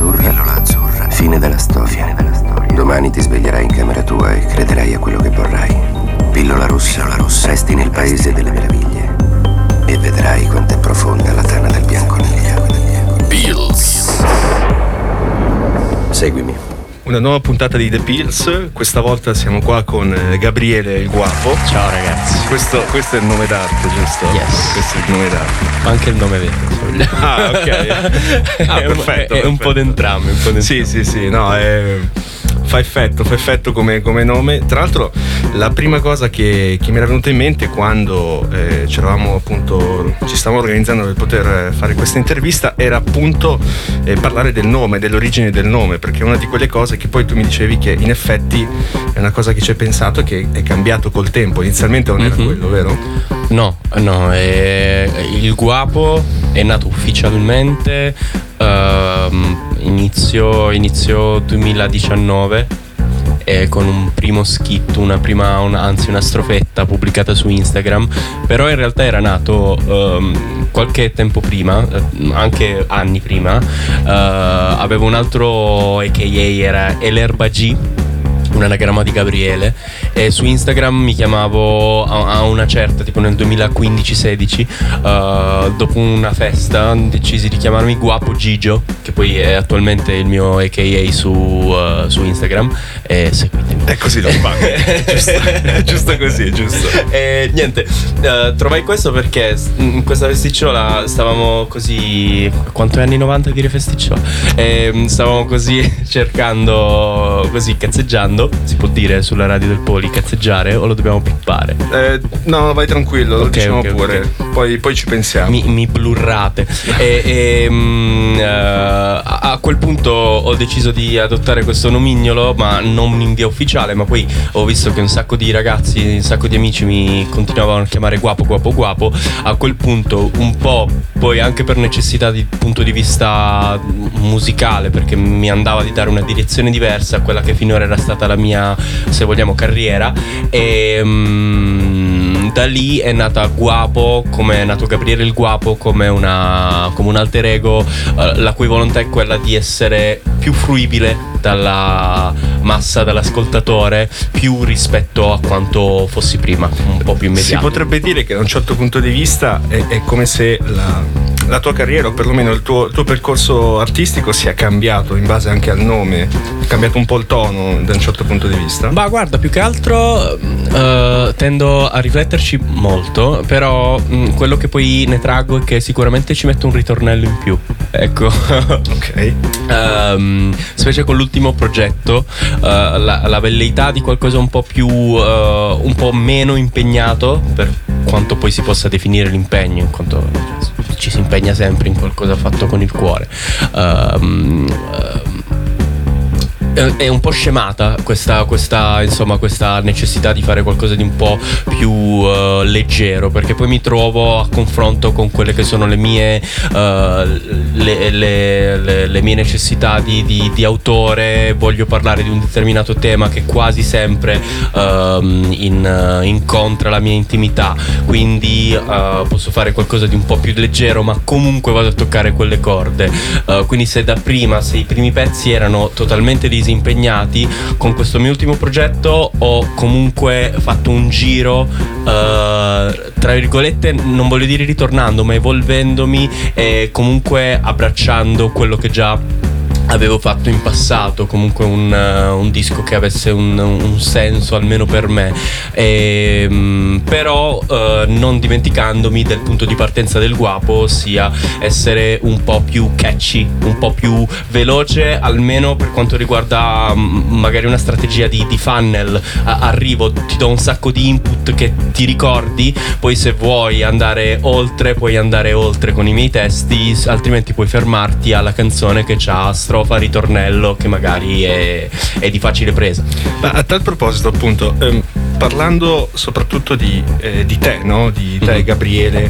azzurra. Fine della storia. Domani ti sveglierai in camera tua e crederai a quello che vorrai. Pillola rossa. Resti nel paese delle meraviglie e vedrai quanto è profonda la tana del bianconiglio. Pills. Seguimi. Una nuova puntata di The Pills. Questa volta siamo qua con Gabriele il Guapo. Ciao ragazzi. Questo è il nome d'arte, giusto? Yes. Questo è il nome d'arte. Ma anche il nome vero. Ah, ok. Perfetto. È un po' d'entrambi. Sì, no, fa effetto come nome. Tra l'altro la prima cosa che mi era venuta in mente quando ci stavamo organizzando per poter fare questa intervista era appunto parlare del nome, dell'origine del nome, perché è una di quelle cose che poi tu mi dicevi che in effetti è una cosa che ci hai pensato e che è cambiato col tempo. Inizialmente non era quello, vero? No, il Guapo è nato ufficialmente inizio 2019 con un primo skit, una strofetta pubblicata su Instagram, però in realtà era nato qualche tempo prima, anche anni prima. Avevo un altro AKA, era L'Erba G, un anagramma di Gabriele, e su Instagram mi chiamavo a una certa, tipo nel 2015-16, dopo una festa decisi di chiamarmi Guapo Gigio, che poi è attualmente il mio AKA su Instagram, e seguitemi. È così lo fa. giusto così, giusto. E niente, trovai questo perché in questa festicciola stavamo così, quanto è anni 90 dire festicciola? Stavamo così cercando, così cazzeggiando. Si può dire sulla radio del Poli cazzeggiare o lo dobbiamo pippare? No, vai tranquillo, lo diciamo pure. Okay. Poi ci pensiamo. Mi blurrate. A quel punto ho deciso di adottare questo nomignolo, ma non in via ufficiale, ma poi ho visto che un sacco di ragazzi, un sacco di amici mi continuavano a chiamare Guapo. A quel punto, un po' poi anche per necessità di punto di vista musicale, perché mi andava di dare una direzione diversa a quella che finora era stata la mia, se vogliamo, carriera, e da lì è nata Guapo, come è nato Gabriele il Guapo, come un alter ego, la cui volontà è quella di essere più fruibile dalla massa, dall'ascoltatore, più rispetto a quanto fossi prima, un po' più immediato. Si potrebbe dire che da un certo punto di vista è come se la tua carriera, o perlomeno il tuo percorso artistico, sia cambiato in base anche al nome, è cambiato un po' il tono da un certo punto di vista. Ma guarda, più che altro tendo a rifletterci molto, però quello che poi ne traggo è che sicuramente ci metto un ritornello in più, ecco. Ok. Specie con l'ultimo progetto, la velleità di qualcosa un po' più un po' meno impegnato, per quanto poi si possa definire l'impegno, in quanto ci si impegna sempre in qualcosa fatto con il cuore. È un po' scemata questa necessità di fare qualcosa di un po' più leggero, perché poi mi trovo a confronto con quelle che sono le mie le mie necessità di autore. Voglio parlare di un determinato tema che quasi sempre incontra la mia intimità, quindi posso fare qualcosa di un po' più leggero, ma comunque vado a toccare quelle corde. Quindi se i primi pezzi erano totalmente impegnati, con questo mio ultimo progetto ho comunque fatto un giro, tra virgolette, non voglio dire ritornando, ma evolvendomi e comunque abbracciando quello che già avevo fatto in passato, comunque un disco che avesse un senso almeno per me, però non dimenticandomi del punto di partenza del Guapo, ossia essere un po' più catchy, un po' più veloce, almeno per quanto riguarda magari una strategia di funnel. Arrivo, ti do un sacco di input che ti ricordi, poi se vuoi andare oltre puoi andare oltre con i miei testi, altrimenti puoi fermarti alla canzone che c'ha strofa, ritornello, che magari è di facile presa. Ma a tal proposito, appunto, parlando soprattutto di te, no? Di te, Gabriele,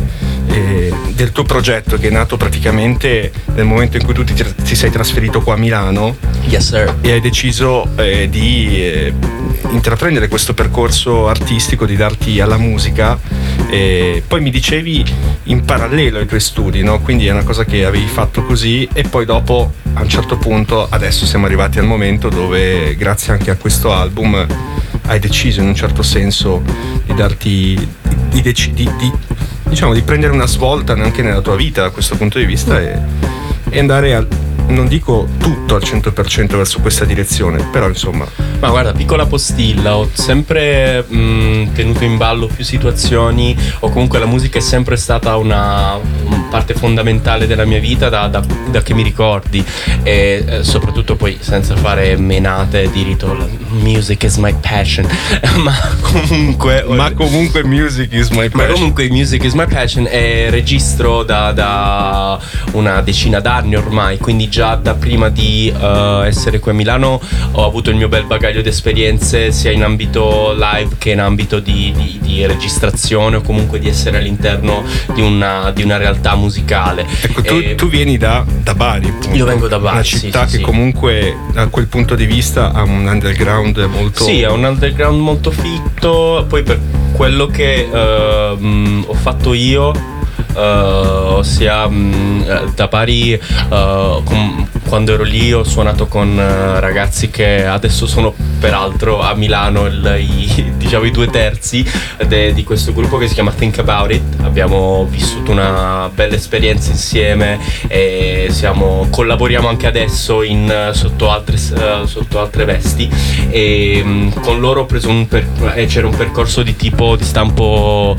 del tuo progetto, che è nato praticamente nel momento in cui tu ti sei trasferito qua a Milano. Yes sir. E hai deciso di intraprendere questo percorso artistico, di darti alla musica. Poi mi dicevi in parallelo ai tuoi studi, no? Quindi è una cosa che avevi fatto così, e poi dopo a un certo punto adesso siamo arrivati al momento dove, grazie anche a questo album, hai deciso in un certo senso di darti diciamo di prendere una svolta anche nella tua vita da questo punto di vista e andare non dico tutto al 100% verso questa direzione, però insomma. Ma guarda, piccola postilla, ho sempre tenuto in ballo più situazioni, o comunque la musica è sempre stata una parte fondamentale della mia vita da che mi ricordi, e soprattutto poi senza fare menate di rito, music is my passion, ma comunque music is my passion. Ma comunque music is my passion, e registro da una decina d'anni ormai, quindi già da prima di essere qui a Milano ho avuto il mio bel bagaglio di esperienze, sia in ambito live che in ambito di registrazione, o comunque di essere all'interno di una realtà musicale. Ecco, tu vieni da Bari, appunto. Io vengo da Bari, una città sì, che comunque da quel punto di vista ha un underground molto... Sì, ha un underground molto fitto. Poi per quello che ho fatto io, ossia da Bari, quando ero lì ho suonato con ragazzi che adesso sono peraltro a Milano, diciamo i 2/3 di questo gruppo che si chiama Think About It. Abbiamo vissuto una bella esperienza insieme e collaboriamo anche adesso sotto altre vesti, e con loro ho preso c'era un percorso di stampo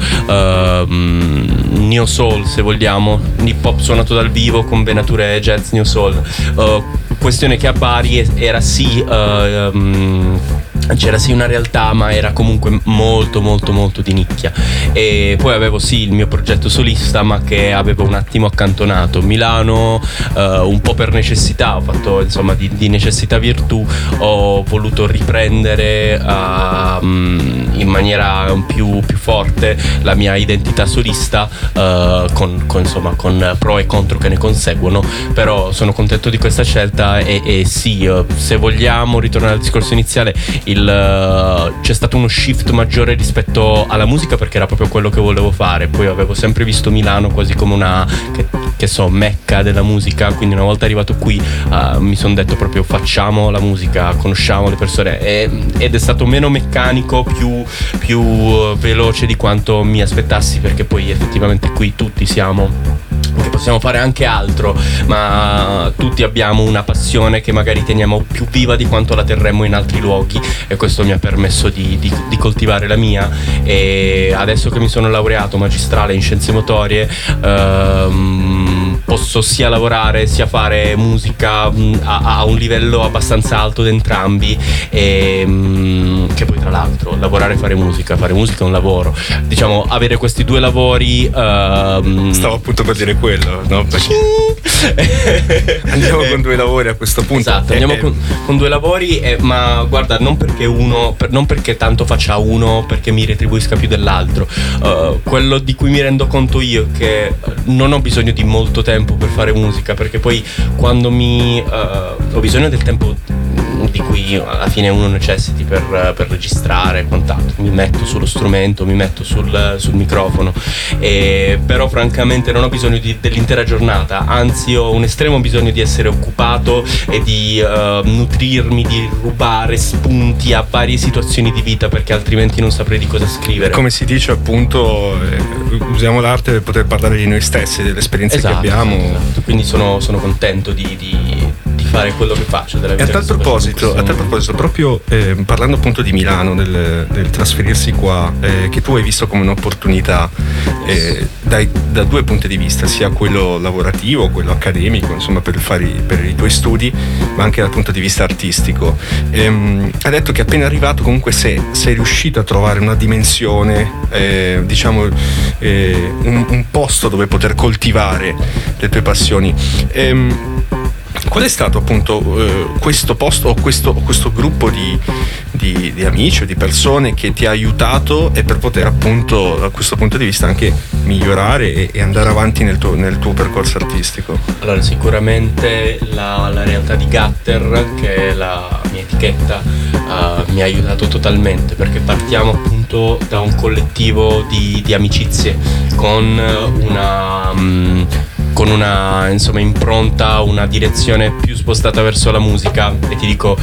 neo soul, se vogliamo, hip hop suonato dal vivo con venature jazz neo soul. Questione che a Bari era c'era sì una realtà, ma era comunque molto molto molto di nicchia, e poi avevo sì il mio progetto solista, ma che avevo un attimo accantonato. Milano, un po' per necessità, ho fatto insomma di necessità virtù, ho voluto riprendere in maniera più forte la mia identità solista, con pro e contro che ne conseguono, però sono contento di questa scelta, e sì, se vogliamo ritornare al discorso iniziale, c'è stato uno shift maggiore rispetto alla musica, perché era proprio quello che volevo fare. Poi avevo sempre visto Milano quasi come una mecca della musica, quindi una volta arrivato qui mi sono detto proprio facciamo la musica, conosciamo le persone, ed è stato meno meccanico, più veloce di quanto mi aspettassi, perché poi effettivamente qui tutti che possiamo fare anche altro, ma tutti abbiamo una passione che magari teniamo più viva di quanto la terremmo in altri luoghi, e questo mi ha permesso di coltivare la mia. E adesso che mi sono laureato magistrale in scienze motorie, posso sia lavorare sia fare musica a un livello abbastanza alto da entrambi, e che poi tra l'altro lavorare e fare musica è un lavoro, diciamo, avere questi due lavori. Stavo appunto per dire quello, no? Andiamo con due lavori a questo punto. Esatto, andiamo con due lavori, ma guarda, non perché tanto faccia uno perché mi retribuisca più dell'altro. Quello di cui mi rendo conto io è che non ho bisogno di molto tempo per fare musica, perché poi quando ho bisogno del tempo di cui alla fine uno necessiti per registrare e quant'altro, mi metto sullo strumento, mi metto sul microfono, però francamente non ho bisogno dell'intera giornata, anzi ho un estremo bisogno di essere occupato e di nutrirmi, di rubare spunti a varie situazioni di vita, perché altrimenti non saprei di cosa scrivere. Come si dice appunto, usiamo l'arte per poter parlare di noi stessi, delle esperienze che abbiamo. Esatto. Quindi sono contento di fare quello che faccio della vita. E a tal proposito, proprio parlando appunto di Milano, del trasferirsi qua, che tu hai visto come un'opportunità da due punti di vista, sia quello lavorativo, quello accademico, insomma per i tuoi studi, ma anche dal punto di vista artistico. Hai detto che appena arrivato comunque sei riuscito a trovare una dimensione, un posto dove poter coltivare le tue passioni. qual è stato appunto questo posto o questo gruppo di amici o di persone che ti ha aiutato e per poter appunto da questo punto di vista anche migliorare e andare avanti nel tuo percorso artistico? Allora, sicuramente la realtà di Gutter, che è la mia etichetta, mi ha aiutato totalmente, perché partiamo appunto da un collettivo di amicizie con una insomma impronta, una direzione più spostata verso la musica. E ti dico,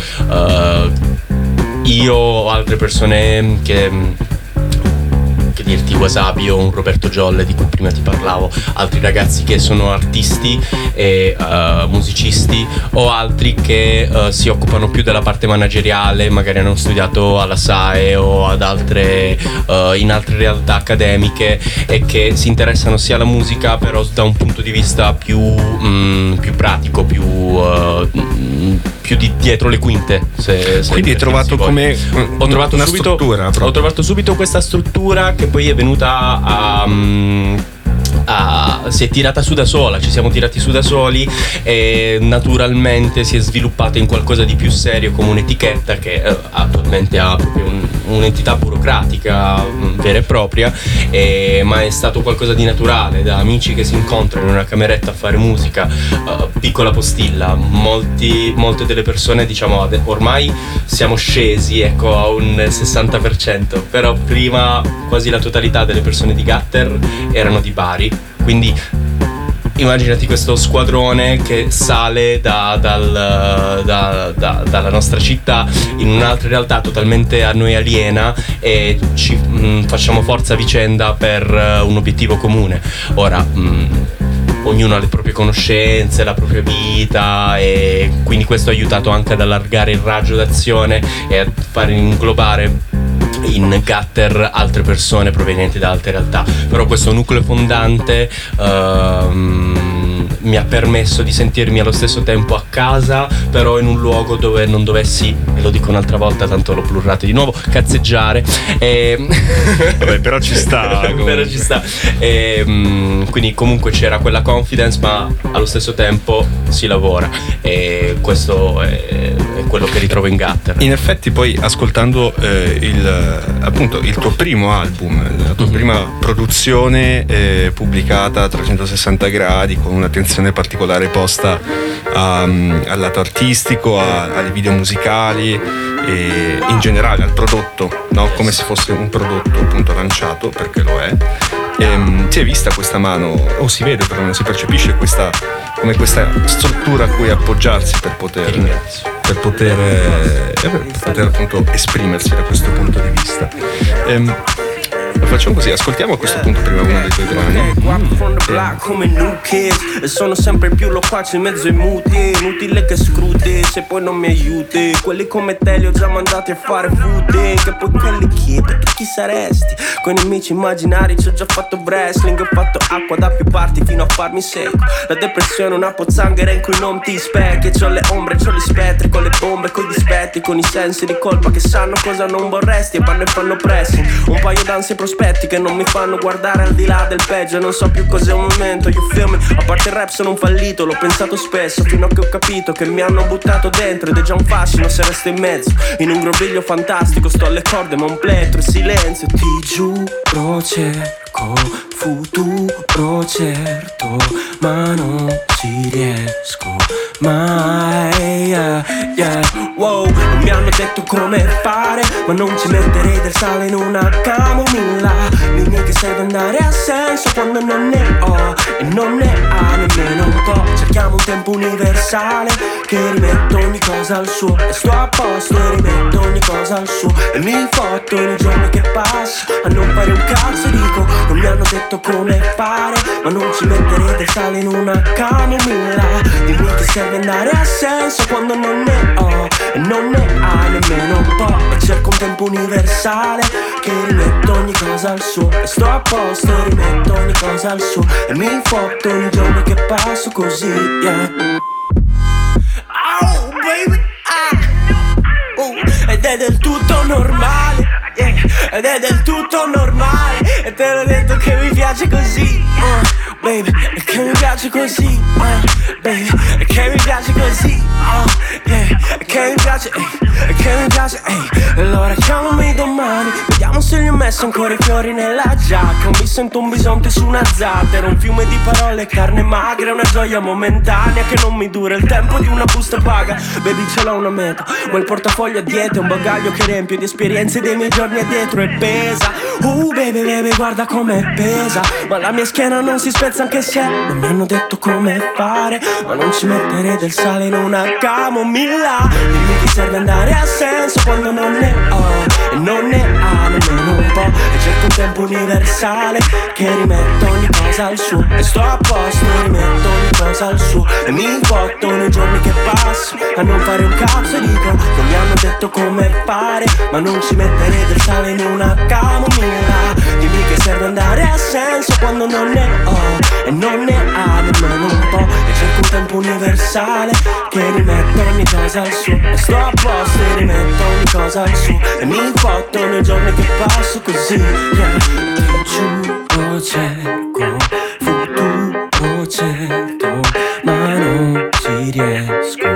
io o altre persone che dirti Wasabi o un Roberto Giolle di cui prima ti parlavo, altri ragazzi che sono artisti e musicisti, o altri che si occupano più della parte manageriale, magari hanno studiato alla SAE o ad altre in altre realtà accademiche, e che si interessano sia alla musica però da un punto di vista più pratico, più di dietro le quinte. Quindi hai trovato come ho trovato una subito struttura proprio. Ho trovato subito questa struttura che poi è venuta si è tirata su da sola, ci siamo tirati su da soli, e naturalmente si è sviluppata in qualcosa di più serio, come un'etichetta che attualmente ha proprio un'entità burocratica vera e propria, ma è stato qualcosa di naturale, da amici che si incontrano in una cameretta a fare musica, piccola postilla. Molte delle persone, diciamo, ormai siamo scesi, ecco, a un 60%, però prima quasi la totalità delle persone di Gutter erano di Bari. Quindi immaginati questo squadrone che sale dalla nostra città in un'altra realtà totalmente a noi aliena, e ci facciamo forza a vicenda per un obiettivo comune. Ora ognuno ha le proprie conoscenze, la propria vita, e quindi questo ha aiutato anche ad allargare il raggio d'azione e a far inglobare in Gutter altre persone provenienti da altre realtà. Però questo nucleo fondante mi ha permesso di sentirmi allo stesso tempo a casa, però in un luogo dove non dovessi, e lo dico un'altra volta tanto l'ho plurrato di nuovo, cazzeggiare. Vabbè, però ci sta. Però ci sta. Quindi comunque c'era quella confidence, ma allo stesso tempo si lavora, e questo è quello che ritrovo in Gutter. In effetti poi ascoltando appunto il tuo primo album, la tua prima produzione pubblicata a 360 gradi, con un'attenzione particolare posta al lato artistico, ai video musicali e in generale al prodotto, no? Come se fosse un prodotto appunto lanciato, perché lo è. Si è vista questa mano, o si vede però non si percepisce questa struttura a cui appoggiarsi per poter appunto esprimersi da questo punto di vista. Facciamo così, ascoltiamo a questo punto prima uno dei tuoi brani. Sono sempre più loquaci in mezzo ai muti, inutile che scruti se poi non mi aiuti. Quelli come te li ho già mandati a fare footing, che poi quelli chiedo tu chi saresti. Con i nemici immaginari ci ho già fatto wrestling, ho fatto acqua da più parti fino a farmi secco. La depressione è una pozzanghera in cui non ti specchi. C'ho le ombre, c'ho gli spettri, con le bombe, coi dispetti, con i sensi di colpa che sanno cosa non vorresti e vanno e fanno pressing. Un paio d'ansie prospetti che non mi fanno guardare al di là del peggio, e non so più cos'è un momento. You feel me? A parte il rap sono un fallito, l'ho pensato spesso, fino a che ho capito che mi hanno buttato dentro, ed è già un fascino se resto in mezzo. In un groviglio fantastico sto alle corde ma un plettro e silenzio. Ti giuro cerco futuro certo, ma non ci riesco mai, yeah. Wow, mi hanno detto come fare, ma non ci metterei del sale in una camomilla. Dimmi che serve andare a senso quando non ne ho, e non ne ha nemmeno un po'. Cerchiamo un tempo universale che rimette ogni cosa al suo, e sto a posto e rimetto ogni cosa al suo, e mi fotto nei giorni che passo a non fare un cazzo. Dico, non mi hanno detto come fare, ma non ci metterei del sale in una camomilla. Dimmi che serve andare a senso quando non ne ho, e non ne ha nemmeno un po'. E cerco un tempo universale che rimetto ogni cosa al suo, e sto a posto e rimetto ogni cosa al suo, e mi fotto ogni giorno che passo così, yeah. Oh baby, ed è del tutto normale, yeah. Ed è del tutto normale, e te l'ho detto che mi piace così, baby, e che mi piace così, baby, e che mi piace così, yeah, e che mi piace, e che mi piace, allora chiamami domani, vediamo se gli ho messo ancora i fiori nella giacca. Mi sento un bisonte su una zattera, un fiume di parole, carne magra, una gioia momentanea che non mi dura il tempo di una busta paga. Baby, ce l'ho una meta, quel portafoglio a dieta, un bagaglio che riempio di esperienze dei miei giorni addietro e pesa. Baby, baby, guarda come pesa, ma la mia schiena non si spezza anche se non mi hanno detto come fare, ma non ci mettere del sale in una camomilla. Dimmi che serve andare a senso quando non ne ho, e non ne ha nemmeno un po', e cerco un tempo universale che rimetta ogni cosa al suo, e sto a posto, rimetto ogni cosa al suo, e mi botto nei giorni che passo a non fare un cazzo, e dico non mi hanno detto come fare, ma non ci mettere del sale in una camomilla. Dimmi che serve andare a senso quando non ne ho, e non ne ha nemmeno un po', e cerco un tempo universale che rimetta ogni cosa al suo, e sto a posto e rimetto ogni cosa al suo, e mi fotto nei giorni che passo così, yeah. Ti giuro cerco futuro certo, ma non ci riesco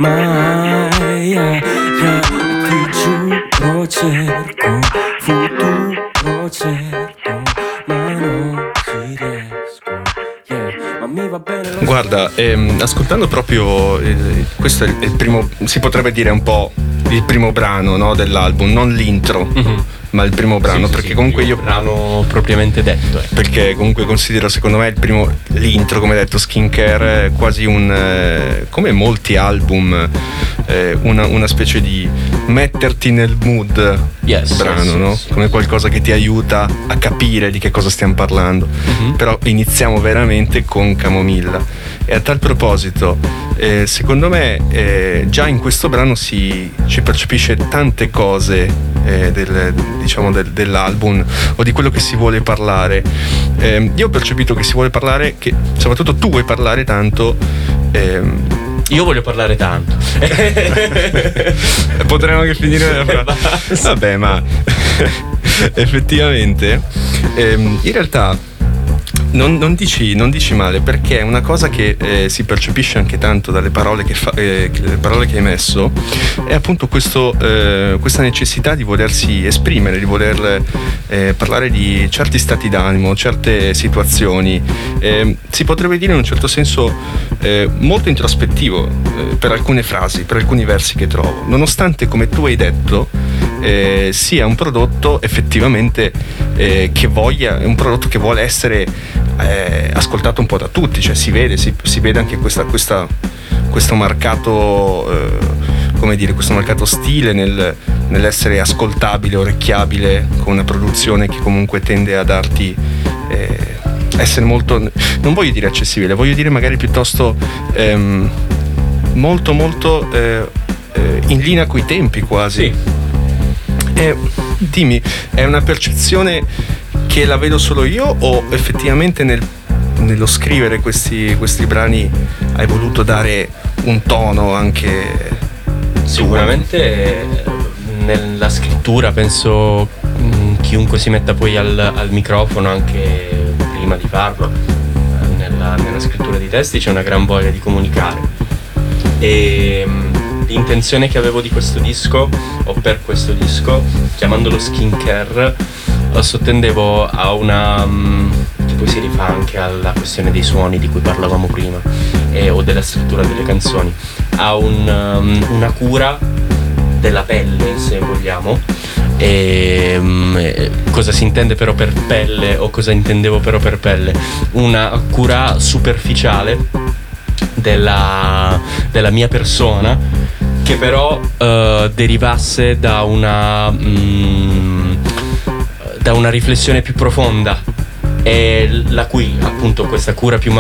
mai, yeah, yeah. Ti giuro cerco futuro certo, ma non ci riesco, yeah. Ma mi va bene lo Guarda, ascoltando proprio questo è il primo, si potrebbe dire un po' il primo brano, no, dell'album, non l'intro, ma il primo brano, Sì, perché sì, comunque il io brano propriamente detto, perché comunque considero, secondo me, l'intro, come detto, Skincare, quasi come molti album, una specie di metterti nel mood brano, no? Come qualcosa che ti aiuta a capire di che cosa stiamo parlando. Però iniziamo veramente con Camomilla, e a tal proposito, secondo me, già in questo brano si percepisce tante cose dell'album, o di quello che si vuole parlare. Io ho percepito che si vuole parlare, che soprattutto tu vuoi parlare tanto. Io voglio parlare tanto. Potremmo anche finire vabbè, ma effettivamente in realtà non dici male, perché è una cosa che si percepisce anche tanto dalle parole le parole che hai messo, è appunto questa necessità di volersi esprimere, di voler parlare di certi stati d'animo, certe situazioni, si potrebbe dire in un certo senso molto introspettivo, per alcune frasi, per alcuni versi che trovo, nonostante, come tu hai detto, sia un prodotto effettivamente che un prodotto che vuole essere ascoltato un po' da tutti, cioè si vede anche questo marcato questo marcato stile nell'essere ascoltabile, orecchiabile, con una produzione che comunque tende a darti essere molto, non voglio dire accessibile, voglio dire magari piuttosto molto molto in linea coi tempi quasi. Sì. Dimmi, è una percezione che la vedo solo io, o effettivamente nello scrivere questi brani hai voluto dare un tono anche? Sicuramente nella scrittura penso chiunque si metta poi al microfono, anche prima di farlo, nella scrittura di testi c'è una gran voglia di comunicare, e l'intenzione che avevo di questo disco, o per questo disco, chiamandolo Skincare, sottendevo a una che poi si rifà anche alla questione dei suoni di cui parlavamo prima, o della struttura delle canzoni, a una cura della pelle, se vogliamo. E cosa si intende però per pelle, o cosa intendevo però per pelle? Una cura superficiale della mia persona, che però derivasse da una riflessione più profonda, e la cui appunto questa cura più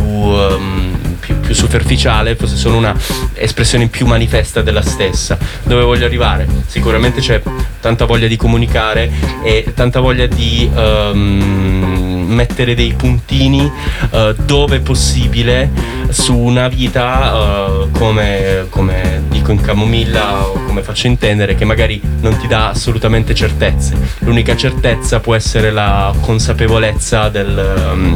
superficiale fosse solo una espressione più manifesta della stessa. Dove voglio arrivare? Sicuramente c'è tanta voglia di comunicare e tanta voglia di mettere dei puntini dove possibile su una vita, come dico in Camomilla, o come faccio intendere, che magari non ti dà assolutamente certezze. L'unica certezza può essere la consapevolezza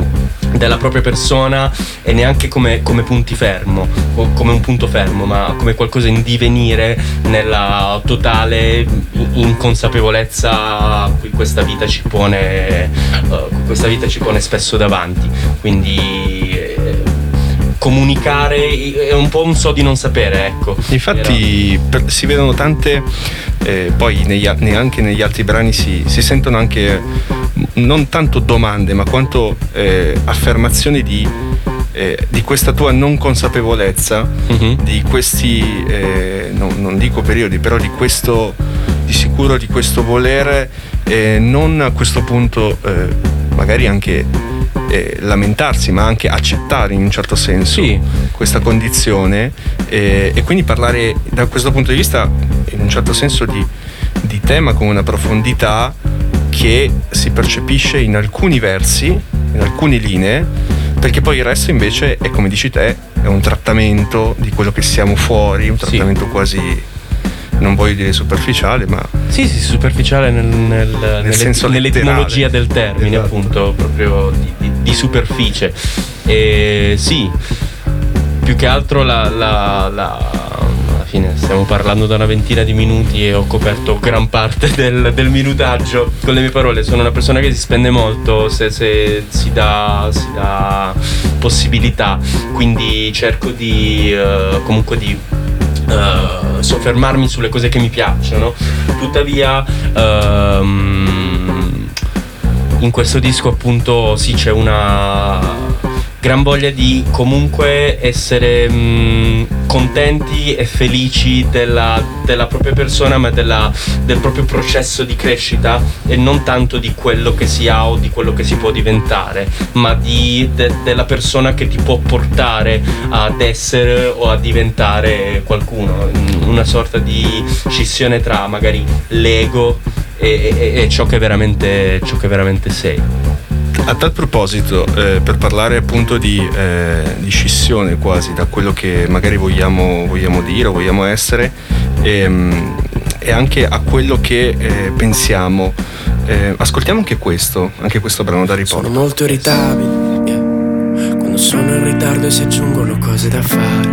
della propria persona, e neanche come punti fermo o come un punto fermo, ma come qualcosa in divenire nella totale inconsapevolezza a cui questa vita ci pone spesso davanti. Quindi comunicare è un po' un so di non sapere, ecco. Infatti si vedono tante, poi anche negli altri brani si sentono anche non tanto domande, ma quanto affermazioni di questa tua non consapevolezza, di questi non dico periodi, però di sicuro di questo volere non a questo punto magari anche lamentarsi, ma anche accettare in un certo senso questa condizione, e quindi parlare da questo punto di vista in un certo senso di tema con una profondità che si percepisce in alcuni versi, in alcune linee, perché poi il resto invece è, come dici te, è un trattamento di quello che siamo fuori, un trattamento quasi, non voglio dire superficiale, ma sì, superficiale nel senso nell'etimologia del termine, esatto. Appunto, proprio di superficie. E sì, più che altro alla fine stiamo parlando da una ventina di minuti e ho coperto gran parte del minutaggio con le mie parole. Sono una persona che si spende molto se si dà possibilità, quindi cerco di comunque di soffermarmi sulle cose che mi piacciono. Tuttavia in questo disco appunto sì, c'è una gran voglia di comunque essere contenti e felici della propria persona, ma del proprio processo di crescita, e non tanto di quello che si ha o di quello che si può diventare, ma della persona che ti può portare ad essere o a diventare qualcuno, una sorta di scissione tra magari l'ego e ciò che veramente sei. A tal proposito, per parlare appunto di scissione quasi da quello che magari vogliamo dire o vogliamo essere, e anche a quello che pensiamo, ascoltiamo anche questo brano da riporto. Sono molto irritabile, quando sono in ritardo e si aggiungono cose da fare,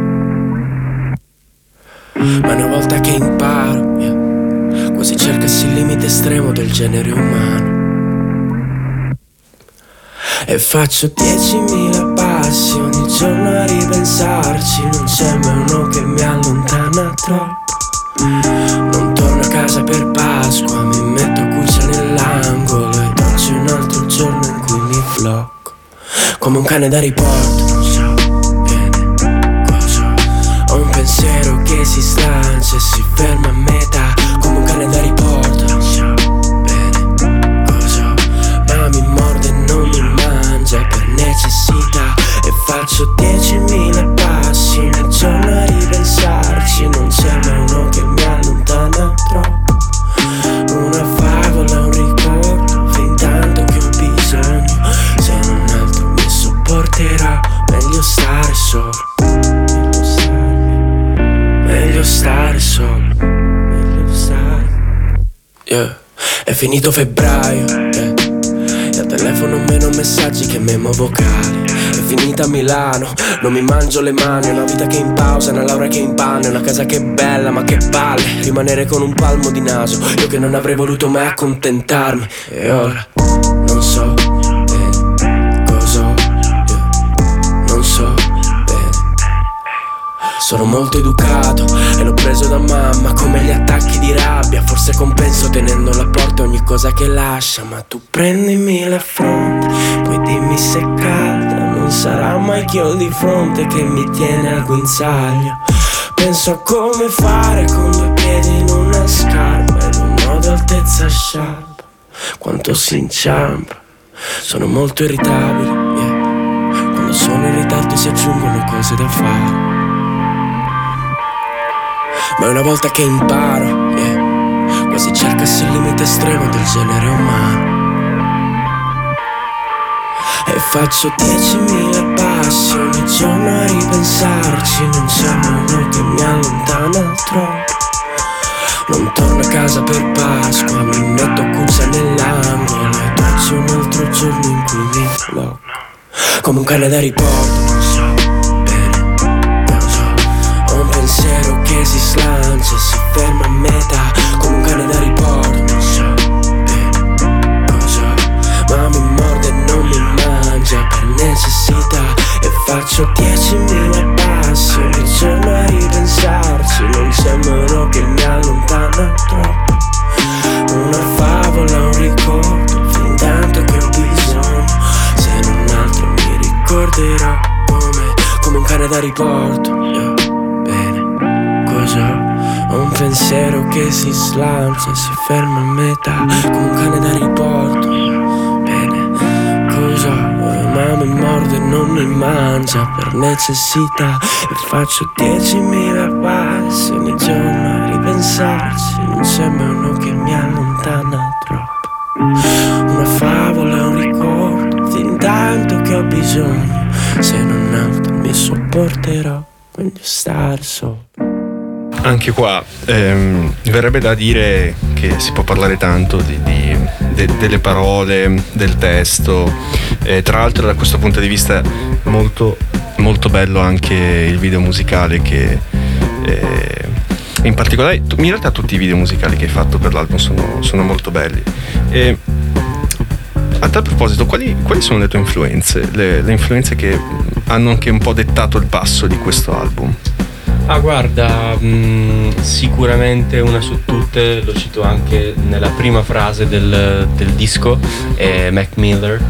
ma una volta che imparo, quasi cercassi il limite estremo del genere umano. E faccio 10.000 passi ogni giorno a ripensarci, non c'è mai uno che mi allontana troppo. Non torno a casa per Pasqua, mi metto a cuccia nell'angolo ed oggi è un altro giorno in cui mi flocco come un cane da riporto, non so bene cosa. Ho un pensiero che si slancia e si ferma a metà, come un cane da riporto, non so bene cosa. Ma mi morde e non mi mangia per necessità, e faccio 10.000 passi ogni giorno a ripensarci, non c'è mai uno che mi allontana troppo. Una favola, un ricordo, fin tanto che ho bisogno, se non altro mi sopporterò. Meglio stare solo, meglio stare solo, meglio stare. È finito febbraio, e al telefono meno messaggi che memo vocali. È finita Milano, non mi mangio le mani, una vita che è in pausa, una laurea che è in panne, una casa che è bella ma che palle, rimanere con un palmo di naso, io che non avrei voluto mai accontentarmi. E ora non so bene cosa ho, non so bene. Sono molto educato e l'ho preso da mamma, come gli attacchi di rabbia, forse compenso tenendo la porta ogni cosa che lascia. Ma tu prendimi la fronte, poi dimmi se è calda, non sarà mai chi ho di fronte che mi tiene al guinzaglio. Penso a come fare con 2 piedi in una scarpa ed un modo altezza sciarpa, quanto si inciampa. Sono molto irritabile, quando sono in ritardo si aggiungono cose da fare, ma una volta che imparo, quasi cercassi il limite estremo del genere umano. E faccio 10.000 passi ogni giorno a ripensarci, non c'è mai uno che mi allontana troppo. Non torno a casa per Pasqua, mi metto a cuccia nell'angolo ed oggi è un altro giorno in cui mi flocco come un cane da riporto, non so bene, non so. Ho un pensiero che si slancia e si ferma a metà, come un cane da riporto, non so bene cosa. Ma mi morde e non mi mangia per necessità, e faccio 10.000 passi ogni giorno a ripensarci. Non c'è mano che mi allontana troppo, una favola, un ricordo, fin tanto che ho bisogno. Se non altro mi ricorderò come un cane da riporto. Bene, cosa? Ho un pensiero che si slancia e si ferma a metà, come un cane da riporto. Bene, cosa? Ma mi morde e non mi mangia per necessità, e faccio 10.000 passi ogni giorno a ripensarci. Non c'è mai uno che mi allontana troppo, una favola, un ricordo, fin tanto che ho bisogno. Se non altro mi sopporterò, voglio stare solo. Anche qua verrebbe da dire che si può parlare tanto delle parole, del testo, tra l'altro da questo punto di vista molto, molto bello anche il video musicale che in particolare, in realtà tutti i video musicali che hai fatto per l'album sono molto belli. E a tal proposito, quali sono le tue influenze, le influenze che hanno anche un po' dettato il passo di questo album? Ah, guarda, sicuramente una su tutte, lo cito anche nella prima frase del disco, è Mac Miller,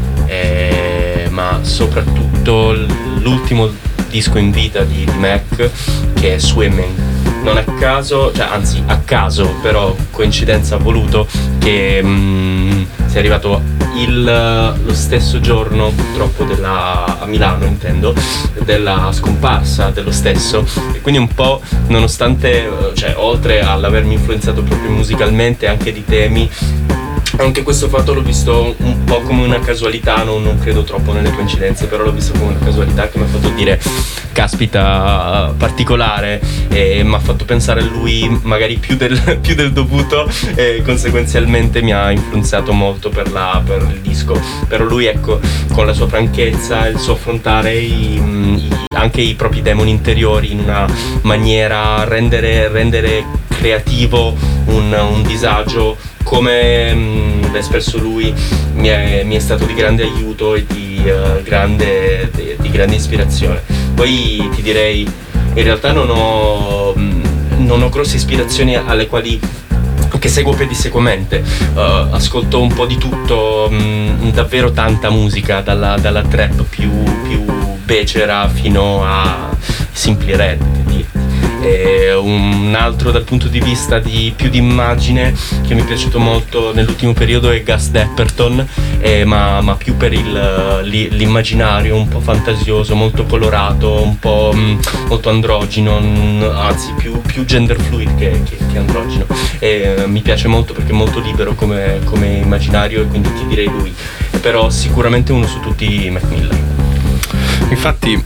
ma soprattutto l'ultimo disco in vita di Mac, che è Swimming. Non a caso, cioè anzi a caso, però coincidenza ha voluto che sia arrivato lo stesso giorno purtroppo a Milano, intendo, della scomparsa dello stesso, e quindi un po', nonostante, cioè oltre all'avermi influenzato proprio musicalmente anche di temi, anche questo fatto l'ho visto un po' come una casualità, non credo troppo nelle coincidenze, però l'ho visto come una casualità che mi ha fatto dire caspita, particolare, e mi ha fatto pensare a lui magari più del dovuto, e conseguenzialmente mi ha influenzato molto per il disco. Però lui, ecco, con la sua franchezza, il suo affrontare anche i propri demoni interiori in una maniera, rendere creativo un disagio, come l'ha espresso lui, mi è stato di grande aiuto e di grande ispirazione. Poi ti direi, in realtà non ho grosse ispirazioni alle quali che seguo pedissequamente, ascolto un po' di tutto, davvero tanta musica, dalla trap più becera fino a Simply Red, che dire. E un altro dal punto di vista più di immagine che mi è piaciuto molto nell'ultimo periodo è Gus Dapperton, ma più per l'immaginario un po' fantasioso, molto colorato, un po' molto androgino, anzi più gender fluid che androgino, e mi piace molto perché è molto libero come immaginario, e quindi ti direi lui. Però sicuramente uno su tutti, Mac Miller. Infatti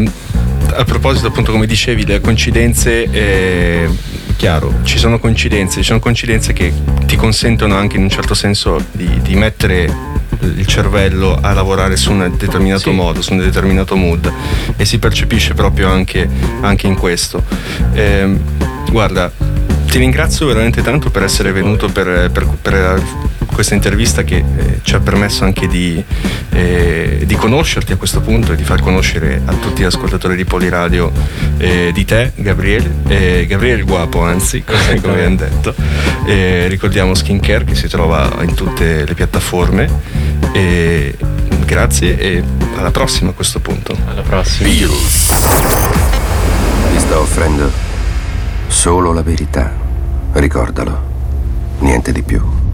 a proposito, appunto, come dicevi, le coincidenze, chiaro, ci sono coincidenze che ti consentono anche in un certo senso di mettere il cervello a lavorare su un determinato modo, su un determinato mood, e si percepisce proprio anche in questo. Guarda, ti ringrazio veramente tanto per essere venuto per questa intervista, che ci ha permesso anche di conoscerti a questo punto, e di far conoscere a tutti gli ascoltatori di Poliradio di te, Gabriele Guapo, anzi, come abbiamo detto. Ricordiamo Skincare, che si trova in tutte le piattaforme, e grazie, e alla prossima a questo punto. Alla prossima. Ti sto offrendo solo la verità, ricordalo, niente di più.